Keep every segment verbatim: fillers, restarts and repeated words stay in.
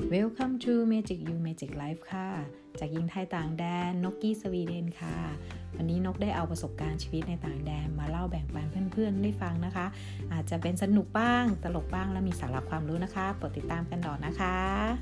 Welcome to Magic You Magic Life ค่ะจากหญิงไทยต่างแดนนกกี้สวีเดนค่ะวันนี้นกได้เอาประสบการณ์ชีวิตในต่างแดนมาเล่าแบ่งปันเพื่อนๆได้ฟังนะคะอาจจะเป็นสนุกบ้างตลกบ้างและมีสาระความรู้นะคะโปรดติดตามกันต่อนะคะ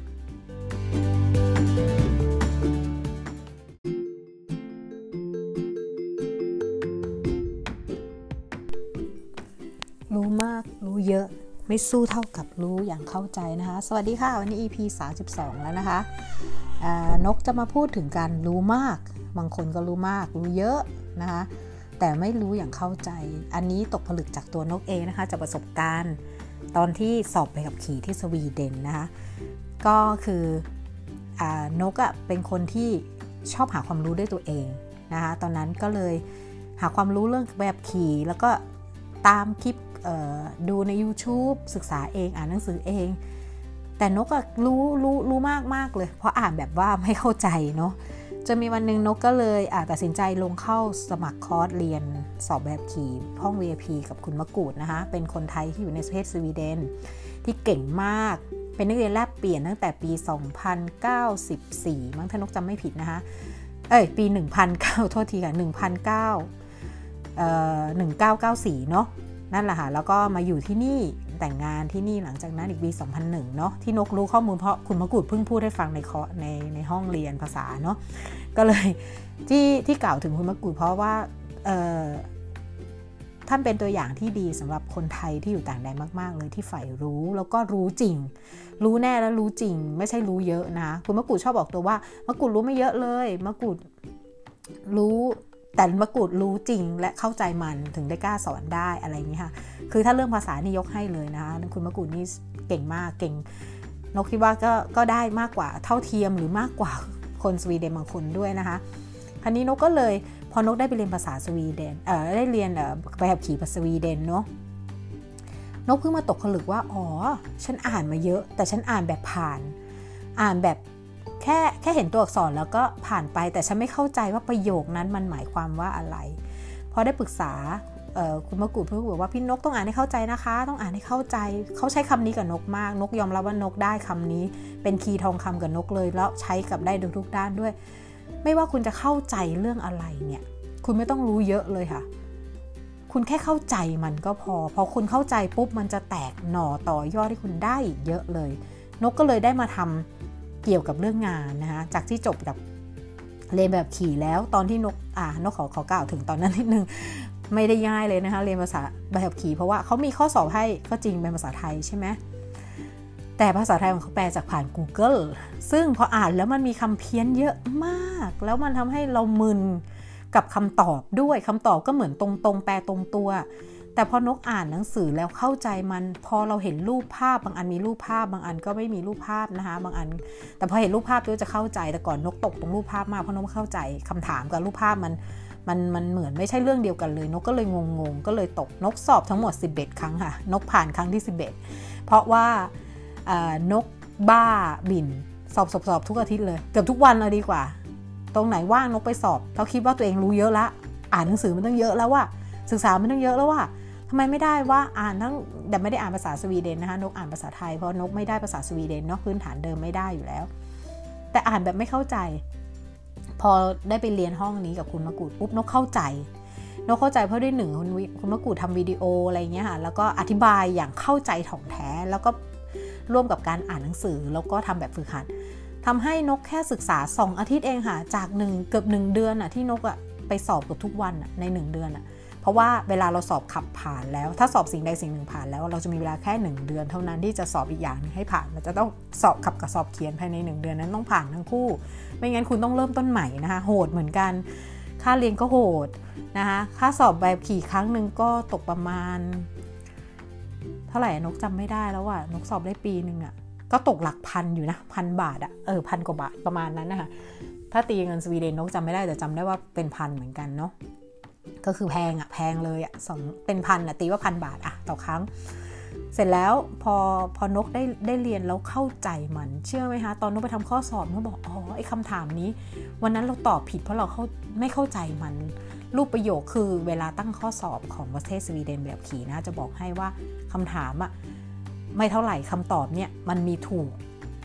รู้มากรู้เยอะไม่สู้เท่ากับรู้อย่างเข้าใจนะคะสวัสดีค่ะวันนี้ อี พี สามสิบสองแล้วนะคะนกจะมาพูดถึงการรู้มากบางคนก็รู้มากรู้เยอะนะคะแต่ไม่รู้อย่างเข้าใจอันนี้ตกผลึกจากตัวนกเองนะคะจากประสบการณ์ตอนที่สอบใบขับขี่ที่สวีเดนนะคะก็คืออ่านกอ่ะเป็นคนที่ชอบหาความรู้ด้วยตัวเองนะคะตอนนั้นก็เลยหาความรู้เรื่องใบขับขี่แล้วก็ตามคลิปดูใน YouTube ศึกษาเองอ่านหนังสือเองแต่นกก็รู้รู้รู้มากมากเลยเพราะอ่านแบบว่าไม่เข้าใจเนาะจะมีวันหนึ่งนกก็เลยตัดสินใจลงเข้าสมัครคอร์สเรียนสอบแบบขี่ห้อง วี ไอ พี กับคุณมะกูดนะคะเป็นคนไทยที่อยู่ในประเทศสวีเดนที่เก่งมากเป็นนักเรียนแลกเปลี่ยนตั้งแต่ปีสองพันเก้าร้อยสิบสี่มั้งถ้านกจำไม่ผิดนะคะเอ้ยปีหนึ่งพันเก้าร้อยโทษทีค่ะหนึ่งพันเก้าร้อยเอ่อหนึ่งพันเก้าร้อยเก้าสิบสี่เนาะนั่นแหละค่ะแล้วก็มาอยู่ที่นี่แต่งงานที่นี่หลังจากนั้นอีกปีสองพันหนึ่งเนาะที่นกรู้ข้อมูลเพราะคุณมะกูดเพิ่งพูดให้ฟังในคอในในห้องเรียนภาษาเนาะก็เลยที่ที่กล่าวถึงคุณมะกูดเพราะว่าเอ่อท่านเป็นตัวอย่างที่ดีสำหรับคนไทยที่อยู่ต่างแดนมากๆเลยที่ใฝ่รู้แล้วก็รู้จริงรู้แน่และรู้จริงไม่ใช่รู้เยอะนะคุณมะกูดชอบบอกตัวว่ามะกูดรู้ไม่เยอะเลยมะกูดรู้แต่มะกูดรู้จริงและเข้าใจมันถึงได้กล้าสอนได้อะไรอย่างนี้ค่ะคือถ้าเรื่องภาษานี่ยกให้เลยนะคะคุณมะกูดนี่เก่งมากเก่งนกคิดว่าก็ก็ได้มากกว่าเท่าเทียมหรือมากกว่าคนสวีเดนบางคนด้วยนะคะคราวนี้นกก็เลยพอนกได้ไปเรียนภาษาสวีเดนเอ่อได้เรียนเอ่อไปขับขี่ภาษาสวีเดนเนาะนกเพิ่งมาตกผลึกว่าอ๋อฉันอ่านมาเยอะแต่ฉันอ่านแบบผ่านอ่านแบบแค่แค่เห็นตัวอักษรแล้วก็ผ่านไปแต่ฉันไม่เข้าใจว่าประโยคนั้นมันหมายความว่าอะไรพอได้ปรึกษาคุณมะกูดเพื่อนบอกว่าพี่นกต้องอ่านให้เข้าใจนะคะต้องอ่านให้เข้าใจเขาใช้คำนี้กับนกมากนกยอมรับว่านกได้คำนี้เป็นคีย์ทองคำกับนกเลยแล้วใช้กับได้ทุกด้านด้วยไม่ว่าคุณจะเข้าใจเรื่องอะไรเนี่ยคุณไม่ต้องรู้เยอะเลยค่ะคุณแค่เข้าใจมันก็พอพอคุณเข้าใจปุ๊บมันจะแตกหน่อต่อยอดให้คุณได้เยอะเลยนกก็เลยได้มาทำเกี่ยวกับเรื่องงานนะคะจากที่จบกับเรียนแบบขี่แล้วตอนที่นกอ่านกขอขอกล่าวถึงตอนนั้นนิดนึงไม่ได้ง่ายเลยนะคะเรียนภาษาใบขับขี่เพราะว่าเขามีข้อสอบให้ก็จริงเป็นภาษาไทยใช่ไหมแต่ภาษาไทยของเขาแปลจากผ่าน Google ซึ่งพออ่านแล้วมันมีคำเพี้ยนเยอะมากแล้วมันทำให้เรามึนกับคำตอบด้วยคำตอบก็เหมือนตรงๆแปลตรงตัวแต่พอนกอ่านหนังสือแล้วเข้าใจมันพอเราเห็นรูปภาพบางอันมีรูปภาพบางอันก็ไม่มีรูปภาพนะคะบางอันแต่พอเห็นรูปภาพก็จะเข้าใจแต่ก่อนนกตกตรงรูปภาพมากเพราะนกไม่เข้าใจคำถามกับรูปภาพมันมันมันเหมือนไม่ใช่เรื่องเดียวกันเลยนกก็เลยงงๆก็เลยตกนกสอบทั้งหมดสิบเอ็ดครั้งค่ะนกผ่านครั้งที่สิบเอ็ดเพราะว่านกบ้าบินสอบสอบสอบทุกอาทิตย์เลยเกือบทุกวันเลยดีกว่าตรงไหนว่างนกไปสอบเขาคิดว่าตัวเองรู้เยอะละอ่านหนังสือมันต้องเยอะแล้วว่าศึกษามันต้องเยอะแล้วว่าทำไมไม่ได้ว่าอ่านทั้งแต่ไม่ได้อ่านภาษาสวีเดนนะคะนกอ่านภาษาไทยเพราะนกไม่ได้ภาษาสวีเดนเนาะพื้นฐานเดิมไม่ได้อยู่แล้วแต่อ่านแบบไม่เข้าใจพอได้ไปเรียนห้องนี้กับคุณมะกูดปุ๊บนกเข้าใจนกเข้าใจเพราะด้วยหนึ่งคุณคุณมะกูดทำวิดีโออะไรเงี้ยค่ะแล้วก็อธิบายอย่างเข้าใจถ่องแท้แล้วก็ร่วมกับการอ่านหนังสือแล้วก็ทำแบบฝึกหัดทำให้นกแค่ศึกษาสองอาทิตย์เองค่ะจากหนึ่งเกือบหนึ่งเดือนอ่ะที่นกอ่ะไปสอบเกือบทุกวันอ่ะในหนึ่งเดือนอ่ะเพราะว่าเวลาเราสอบขับผ่านแล้วถ้าสอบสิ่งใดสิ่งหนึ่งผ่านแล้วเราจะมีเวลาแค่หนึ่งเดือนเท่านั้นที่จะสอบอีกอย่างนึงให้ผ่านมันจะต้องสอบขับกับสอบเขียนภายในหนึ่งเดือนนั้นต้องผ่านทั้งคู่ไม่งั้นคุณต้องเริ่มต้นใหม่นะคะโหดเหมือนกันค่าเรียนก็โหดนะคะค่าสอบแบบขี่ครั้งนึงก็ตกประมาณเท่าไหร่นกจำไม่ได้แล้วอ่ะนกสอบได้ปีนึงอ่ะก็ตกหลักพันอยู่นะพันบาทอ่ะเออพันกว่าบาทประมาณนั้นนะคะถ้าตีเงินสวีเดนนกจำไม่ได้แต่จำได้ว่าเป็นพันเหมือนกันเนาะก็คือแพงอะแพงเลยอะสองเป็นพันอะตีว่าพันบาทอะต่อครั้งเสร็จแล้วพอพอนกได้ได้เรียนแล้วเข้าใจมันเชื่อไหมคะตอนนกไปทำข้อสอบนกบอกอ๋อไอ้คำถามนี้วันนั้นเราตอบผิดเพราะเราเข้าไม่เข้าใจมันรูปประโยคคือเวลาตั้งข้อสอบของประเทศสวีเดนแบบขี่นะจะบอกให้ว่าคำถามอะไม่เท่าไหร่คำตอบเนี่ยมันมีถูก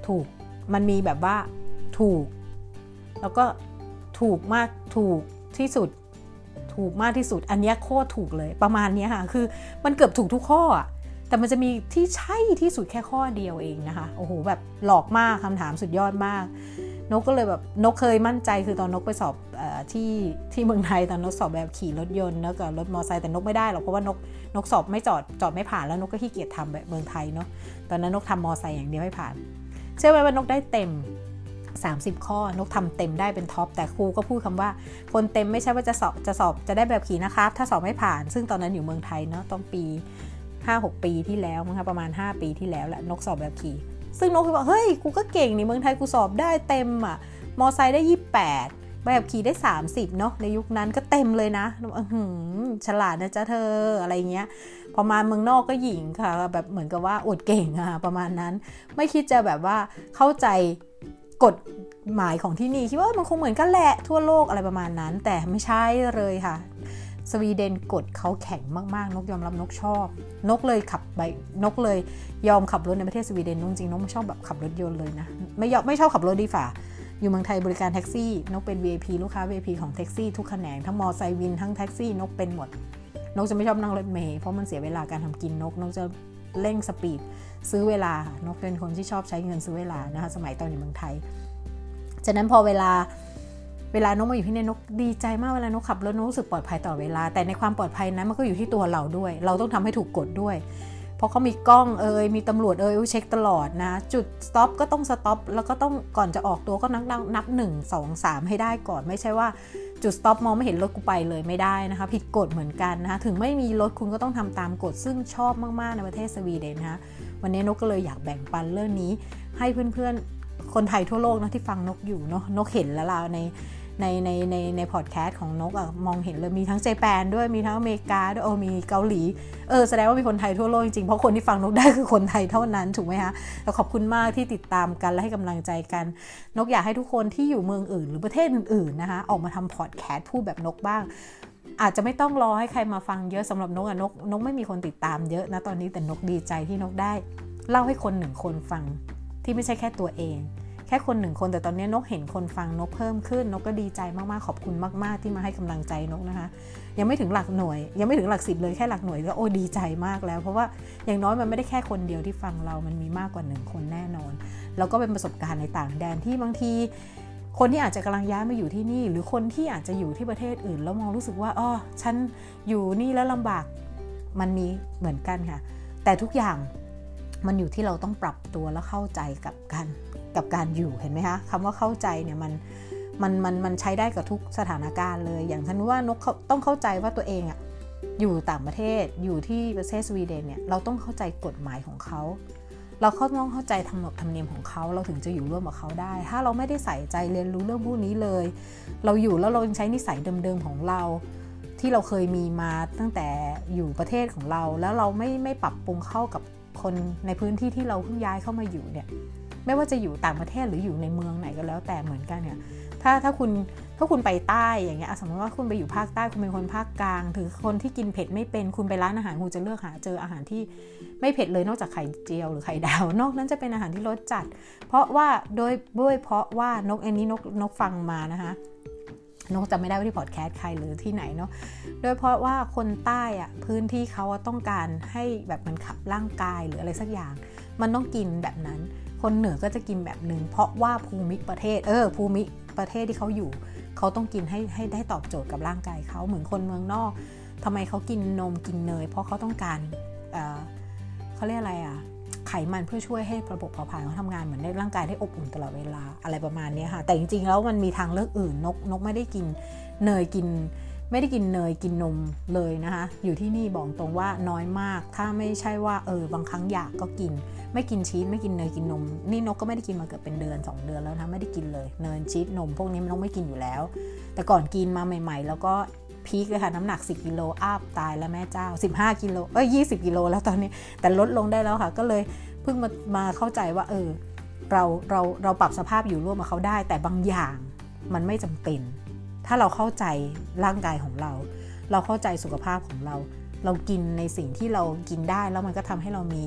ถูกมันมีแบบว่าถูกแล้วก็ถูกมากถูกที่สุดถูกมากที่สุดอันนี้โคตรถูกเลยประมาณนี้ค่ะคือมันเกือบถูกทุกข้อแต่มันจะมีที่ใช่ที่สุดแค่ข้อเดียวเองนะคะโอ้โหแบบหลอกมากคำถามสุดยอดมากนกก็เลยแบบนกเคยมั่นใจคือตอนนกไปสอบเอ่อที่ที่เมืองไทยตอนนกสอบแบบขี่รถยนต์แล้วก็รถมอเตอร์ไซค์แต่นกไม่ได้หรอกเพราะว่านกนกสอบไม่จอดจอดไม่ผ่านแล้วนกก็ขี้เกียจทำแบบเมืองไทยเนาะตอนนั้นนกทำมอเตอร์ไซค์อย่างเดียวให้ผ่านเชื่อไหมว่านกได้เต็มสามสิบข้อนกทำเต็มได้เป็นท็อปแต่ครูก็พูดคำว่าคนเต็มไม่ใช่ว่าจะสอบจะสอบจะได้แบบขี่นะครับถ้าสอบไม่ผ่านซึ่งตอนนั้นอยู่เมืองไทยเนาะต้องปี ห้าหก ปีที่แล้วมั้งคะประมาณห้าปีที่แล้วแหละนกสอบแบบขี่ซึ่งนกก็บอกเฮ้ยกูก็เก่งนี่เมืองไทยกูสอบได้เต็มอ่ะมอไซค์ได้ยี่สิบแปดแบบขี่ได้สามสิบเนาะในยุคนั้นก็เต็มเลยนะอื้อหือฉลาดนะจ๊ะเธออะไรเงี้ยพอมาเมืองนอกก็หญิงค่ะแบบเหมือนกับว่าอวดเก่งอะประมาณนั้นไม่คิดจะแบบว่าเข้าใจกฎหมายของที่นี่คิดว่ามันคงเหมือนกันแหละทั่วโลกอะไรประมาณนั้นแต่ไม่ใช่เลยค่ะสวีเดนกฎเขาแข็งมากๆนกยอมรับนกชอบนกเลยขับไปนกเลยยอมขับรถในประเทศสวีเดนนกจริงนกไม่ชอบแบบขับรถยนต์เลยนะไม่ยอมไม่ชอบขับรถดีฝ่าอยู่เมืองไทยบริการแท็กซี่นกเป็น วี ไอ พี ลูกค้า วี ไอ พี ของแท็กซี่ทุกแขนงทั้งมอไซค์วินทั้งแท็กซี่นกเป็นหมดนกจะไม่ชอบนั่งรถเมล์เพราะมันเสียเวลาการทำกินนกนกจะเร่งสปีดซื้อเวลานกเป็นคนที่ชอบใช้เงินซื้อเวลานะคะสมัยตอนอยู่เมืองไทยฉะนั้นพอเวลาเวลานกมาอยู่ที่นี่นกดีใจมากเวลานกขับรถนกรู้สึกปลอดภัยต่อเวลาแต่ในความปลอดภัยนั้นมันก็อยู่ที่ตัวเราด้วยเราต้องทำให้ถูกกฎด้วยเพราะเขามีกล้องเอ่ยมีตำรวจเอ่ยเช็คตลอดนะจุดสต็อปก็ต้องสต็อปแล้วก็ต้องก่อนจะออกตัวก็นับนับหนึ่ง สอง สามให้ได้ก่อนไม่ใช่ว่าจุดสต็อปมองไม่เห็นรถกูไปเลยไม่ได้นะคะผิดกฎเหมือนกันนะคะถึงไม่มีรถคุณก็ต้องทำตามกฎซึ่งชอบมากๆในประเทศสวีเดนนะคะวันนี้นกก็เลยอยากแบ่งปันเรื่องนี้ให้เพื่อนๆคนไทยทั่วโลกนะที่ฟังนกอยู่เนาะนกเห็นแล้วล่ะในในในในในพอดแคสต์ของนกอะมองเห็นเลยมีทั้งเจแปนด้วยมีทั้งอเมริกาด้วยโอ้มีเกาหลีเออแสดงว่ามีคนไทยทั่วโลกจริงๆเพราะคนที่ฟังนกได้คือคนไทยเท่านั้นถูกไหมคะแล้วขอบคุณมากที่ติดตามกันและให้กำลังใจกันนกอยากให้ทุกคนที่อยู่เมืองอื่นหรือประเทศอื่นๆนะคะออกมาทำพอดแคสต์พูดแบบนกบ้างอาจจะไม่ต้องรอให้ใครมาฟังเยอะสำหรับนกอะนกนกไม่มีคนติดตามเยอะนะตอนนี้แต่นกดีใจที่นกได้เล่าให้คนหนึ่งคนฟังที่ไม่ใช่แค่ตัวเองแค่คนหนึ่งคนแต่ตอนนี้นกเห็นคนฟังนกเพิ่มขึ้นนกก็ดีใจมากๆขอบคุณมากๆที่มาให้กำลังใจนกนะคะยังไม่ถึงหลักหน่วยยังไม่ถึงหลักสิบเลยแค่หลักหน่วยก็โอ้ดีใจมากแล้วเพราะว่าอย่างน้อยมันไม่ได้แค่คนเดียวที่ฟังเรามันมีมากกว่าหนึ่งคนแน่นอนแล้วก็เป็นประสบการณ์ในต่างแดนที่บางทีคนที่อาจจะกำลังย้ายมาอยู่ที่นี่หรือคนที่อาจจะอยู่ที่ประเทศอื่นแล้วมองรู้สึกว่าอ๋อฉันอยู่นี่แล้วลำบากมันมีเหมือนกันค่ะแต่ทุกอย่างมันอยู่ที่เราต้องปรับตัวและเข้าใจกับการกับการอยู่เห็นไหมคะคำว่าเข้าใจเนี่ยมันมันมันมันใช้ได้กับทุกสถานการณ์เลยอย่างฉันว่านกต้องเข้าใจว่าตัวเองอะอยู่ต่างประเทศอยู่ที่ประเทศสวีเดนเนี่ยเราต้องเข้าใจกฎหมายของเขาเราต้องเข้าใจธรรมธรรมเนียมของเขาเราถึงจะอยู่ร่วมกับเขาได้ถ้าเราไม่ได้ใส่ใจเรียนรู้เรื่องพวกนี้เลยเราอยู่แล้วเราใช้นิสัยเดิมๆของเราที่เราเคยมีมาตั้งแต่อยู่ประเทศของเราแล้วเราไม่ไม่ปรับปรุงเข้ากับคนในพื้นที่ที่เราเพิ่งย้ายเข้ามาอยู่เนี่ยไม่ว่าจะอยู่ต่างประเทศหรืออยู่ในเมืองไหนก็แล้วแต่เหมือนกันเนี่ยถ้าถ้าคุณถ้าคุณไปใต้อย่างเงี้ยสมมติว่าคุณไปอยู่ภาคใต้คุณเป็นคนภาคกลางถือคนที่กินเผ็ดไม่เป็นคุณไปร้านอาหารคุณจะเลือกหาเจออาหารที่ไม่เผ็ดเลยนอกจากไข่เจียวหรือไข่ดาวนอกนั้นจะเป็นอาหารที่รสจัดเพราะว่าโดยด้วยเพราะว่านกอันนี้นกนกฟังมานะคะนกจำไม่ได้ว่าที่พอดแคสต์ใครหรือที่ไหนเนาะโดยเพราะว่าคนใต้อะพื้นที่เขาต้องการให้แบบมันขับร่างกายหรืออะไรสักอย่างมันต้องกินแบบนั้นคนเหนือก็จะกินแบบนึงเพราะว่าภูมิประเทศเออภูมิประเทศที่เขาอยู่เขาต้องกินให้ให้ได้ตอบโจทย์กับร่างกายเขาเหมือนคนเมืองนอกทำไมเขากินนมกินเนยเพราะเขาต้องการเอ่อเขาเรียกอะไรอะไขมันเพื่อช่วยให้ระบบเผาผลาญเขาทำงานเหมือนในร่างกายได้อบอุ่นตลอดเวลาอะไรประมาณนี้ค่ะแต่จริงๆแล้วมันมีทางเลือกอื่นนกนกไม่ได้กินเนยกินไม่ได้กินเนยกินนมเลยนะคะอยู่ที่นี่บอกตรงว่าน้อยมากถ้าไม่ใช่ว่าเออบางครั้งอยากก็กินไม่กินชีสไม่กินเนยกินนมนี่นกก็ไม่ได้กินมาเกือบเป็นเดือนสองเดือนแล้วนะไม่ได้กินเลยเนยชีสนมพวกนี้นกไม่กินอยู่แล้วแต่ก่อนกินมาใหม่ๆแล้วก็พีคเลยค่ะน้ำหนักสิบกิโลอัพตายแล้วแม่เจ้าสิบห้ากิโลเอ้ยยี่สิบกิโลแล้วตอนนี้แต่ลดลงได้แล้วค่ะก็เลยเพิ่งมามาเข้าใจว่าเออเราเราเราปรับสภาพอยู่ร่วมกับเขาได้แต่บางอย่างมันไม่จำเป็นถ้าเราเข้าใจร่างกายของเราเราเข้าใจสุขภาพของเราเรากินในสิ่งที่เรากินได้แล้วมันก็ทำให้เรามี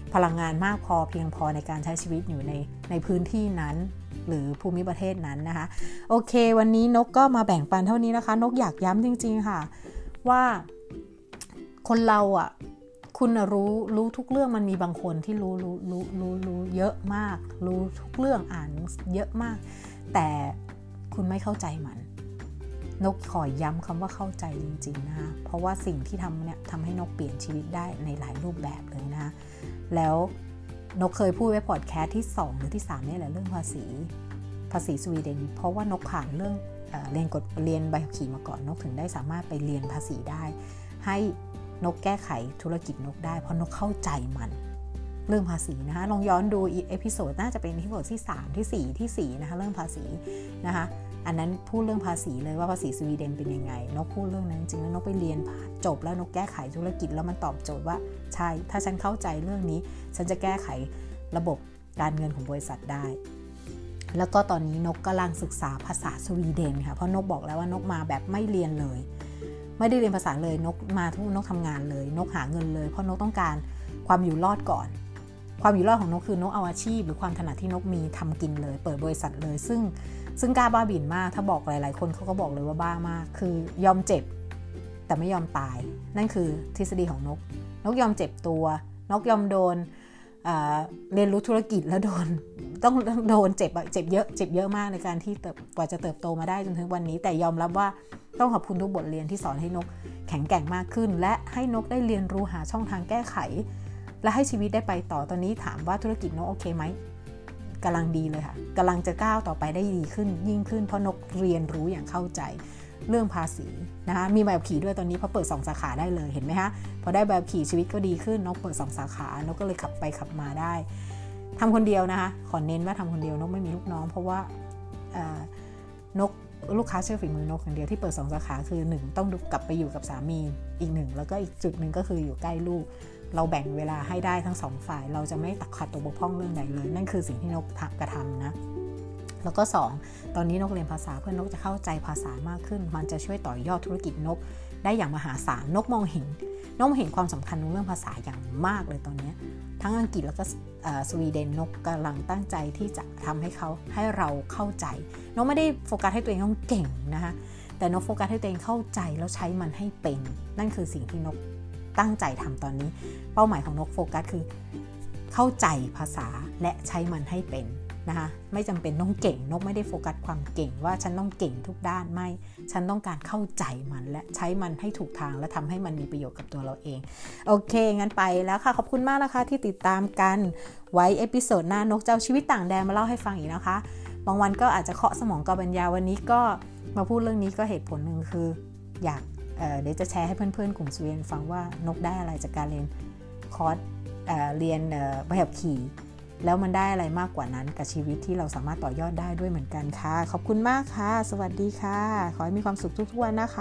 พลังงานมากพอเพียงพอในการใช้ชีวิตอยู่ในในพื้นที่นั้นหรือภูมิประเทศนั้นนะคะโอเควันนี้นกก็มาแบ่งปันเท่านี้นะคะนกอยากย้ำจริงๆค่ะว่าคนเราอ่ะคุณรู้รู้ทุกเรื่องมันมีบางคนที่รู้รู้รู้รู้รู้เยอะมากรู้ทุกเรื่องอ่านเยอะมากแต่คุณไม่เข้าใจมันนกขอย้ำคำว่าเข้าใจจริงๆนะคะเพราะว่าสิ่งที่ทำเนี่ยทำให้นกเปลี่ยนชีวิตได้ในหลายรูปแบบเลยนะคะแล้วนกเคยพูดไว้พอดแคสต์ที่สองหรือที่สามนี่แหละเรื่องภาษีภาษีสวีเดนเพราะว่านกผ่านเรื่องเอ่อเรียนกฎเรียนใบขับขี่มาก่อนนกถึงได้สามารถไปเรียนภาษีได้ให้นกแก้ไขธุรกิจนกได้เพราะนกเข้าใจมันเรื่องภาษีนะคะลองย้อนดูเอพิโซดน่าจะเป็นเอพิโซดที่สามที่สี่ที่สี่นะคะเรื่องภาษีนะคะอันนั้นพูดเรื่องภาษีเลยว่าภาษีสวีเดนเป็นยังไงนกพูดเรื่องนั้นจริงแล้วนกไปเรียนจบแล้วนกแก้ไขธุรกิจแล้วมันตอบโจทย์ว่าใช่ถ้าฉันเข้าใจเรื่องนี้ฉันจะแก้ไขระบบการเงินของบริษัทได้แล้วก็ตอนนี้นกกำลังศึกษาภาษาสวีเดนค่ะเพราะนกบอกแล้วว่านกมาแบบไม่เรียนเลยไม่ได้เรียนภาษาเลยนกมาทุกนกทำงานเลยนกหาเงินเลยเพราะนกต้องการความอยู่รอดก่อนความอยู่รอดของนกคือนกเอาอาชีพหรือความถนัดที่นกมีทำกินเลยเปิดบริษัทเลยซึ่งซึ่งกล้าบ้าบิ่นมากถ้าบอกหลายๆคนเขาก็บอกเลยว่าบ้ามากคือยอมเจ็บแต่ไม่ยอมตายนั่นคือทฤษฎีของนกนกยอมเจ็บตัวนกยอมโดนเอ่อเรียนรู้ธุรกิจแล้วโดนต้องโดนเจ็บเจ็บเยอะเจ็บเยอะมากในการที่กว่าจะเติบโตมาได้จนถึงวันนี้แต่ยอมรับว่าต้องขอบคุณทุกบทเรียนที่สอนให้นกแข็งแกร่งมากขึ้นและให้นกได้เรียนรู้หาช่องทางแก้ไขและให้ชีวิตได้ไปต่อตอนนี้ถามว่าธุรกิจนกโอเคไหมกำลังดีเลยค่ะกำลังจะก้าวต่อไปได้ดีขึ้นยิ่งขึ้นเพราะนกเรียนรู้อย่างเข้าใจเรื่องภาษีนะคะมีใบขับขี่ด้วยตอนนี้พอเปิดสองสาขาได้เลยเห็นไหมคะพอได้ใบขับขี่ชีวิตก็ดีขึ้นนกเปิดสองสาขานกก็เลยขับไปขับมาได้ทำคนเดียวนะคะขอเน้นว่าทำคนเดียวนกไม่มีลูกน้องเพราะว่านกลูกค้าเชื่อฝีมือนกอย่างเดียวที่เปิดสองสาขาคือหนึ่งต้องกลับไปอยู่กับสามีอีกหนึ่งแล้วก็อีกจุดหนึ่งก็คืออยู่ใกล้ลูกเราแบ่งเวลาให้ได้ทั้งสองฝ่ายเราจะไม่ตักขัดตกบกพร่องเรื่องใดเลยนั่นคือสิ่งที่นกกระทำนะแล้วก็สองตอนนี้นกเรียนภาษาเพื่อนนกจะเข้าใจภาษามากขึ้นมันจะช่วยต่อยอดธุรกิจนกได้อย่างมหาศาลนกมองเห็นนกเห็นความสำคัญในเรื่องภาษาอย่างมากเลยตอนนี้ทั้งอังกฤษแล้วก็สวีเดนนกกำลังตั้งใจที่จะทำให้เขาให้เราเข้าใจนกไม่ได้โฟกัสให้ตัวเองต้องเก่งนะคะแต่นกโฟกัสให้ตัวเองเข้าใจแล้วใช้มันให้เป็นนั่นคือสิ่งที่นกตั้งใจทำตอนนี้เป้าหมายของนกโฟกัสคือเข้าใจภาษาและใช้มันให้เป็นนะคะไม่จำเป็นต้องเก่งนกไม่ได้โฟกัสความเก่งว่าฉันต้องเก่งทุกด้านไม่ฉันต้องการเข้าใจมันและใช้มันให้ถูกทางและทำให้มันมีประโยชน์กับตัวเราเองโอเคงั้นไปแล้วค่ะขอบคุณมากนะคะที่ติดตามกันไว้เอพิโซดหน้านกจะเอาชีวิตต่างแดนมาเล่าให้ฟังอีกนะคะบางวันก็อาจจะเคาะสมองกบปัญญาวันนี้ก็มาพูดเรื่องนี้ก็เหตุผลหนึ่งคืออยากเอ่อเดี๋ยวจะแชร์ให้เพื่อนๆกลุ่มสวีเดนฟังว่านกได้อะไรจากการเรียนคอร์สเอ่อเรียนใบขับขี่แล้วมันได้อะไรมากกว่านั้นกับชีวิตที่เราสามารถต่อยอดได้ด้วยเหมือนกันค่ะขอบคุณมากค่ะสวัสดีค่ะขอให้มีความสุขทุกๆวันนะคะ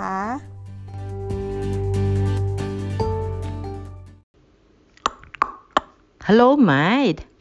Hello mate